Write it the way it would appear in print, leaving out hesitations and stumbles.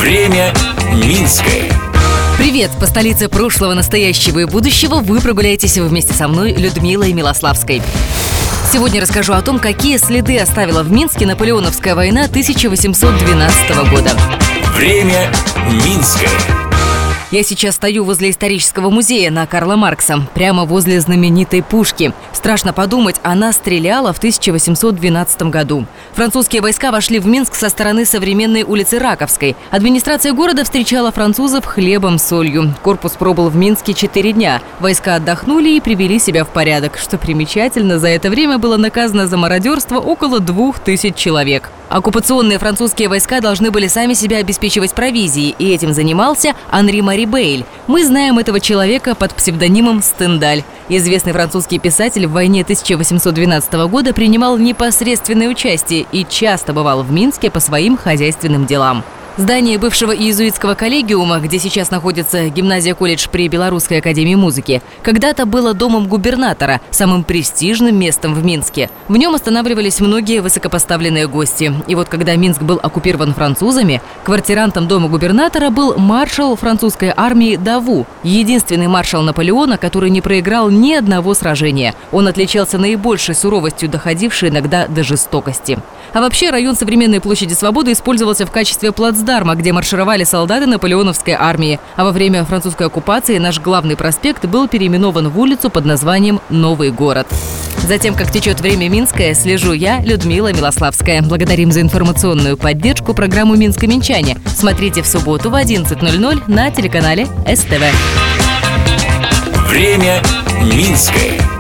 Время Минское. Привет! По столице прошлого, настоящего и будущего вы прогуляетесь вместе со мной, Людмилой Милославской. Сегодня расскажу о том, какие следы оставила в Минске Наполеоновская война 1812 года. Время Минское. Я сейчас стою возле исторического музея на Карла Маркса, прямо возле знаменитой пушки. Страшно подумать, она стреляла в 1812 году. Французские войска вошли в Минск со стороны современной улицы Раковской. Администрация города встречала французов хлебом, солью. Корпус пробыл в Минске 4 дня. Войска отдохнули и привели себя в порядок. Что примечательно, за это время было наказано за мародерство около 2000 человек. Оккупационные французские войска должны были сами себя обеспечивать провизией, и этим занимался Анри Мари Бейль. Мы знаем этого человека под псевдонимом Стендаль. Известный французский писатель в войне 1812 года принимал непосредственное участие и часто бывал в Минске по своим хозяйственным делам. Здание бывшего иезуитского коллегиума, где сейчас находится гимназия-колледж при Белорусской академии музыки, когда-то было домом губернатора, самым престижным местом в Минске. В нем останавливались многие высокопоставленные гости. И вот когда Минск был оккупирован французами, квартирантом дома губернатора был маршал французской армии Даву, единственный маршал Наполеона, который не проиграл ни одного сражения. Он отличался наибольшей суровостью, доходившей иногда до жестокости. А вообще район современной площади Свободы использовался в качестве плацдарма, где маршировали солдаты наполеоновской армии. А во время французской оккупации наш главный проспект был переименован в улицу под названием Новый город. За тем, как течет время Минское, слежу я, Людмила Милославская. Благодарим за информационную поддержку программу «Минск-Минчане». Смотрите в субботу в 11:00 на телеканале СТВ. Время Минское.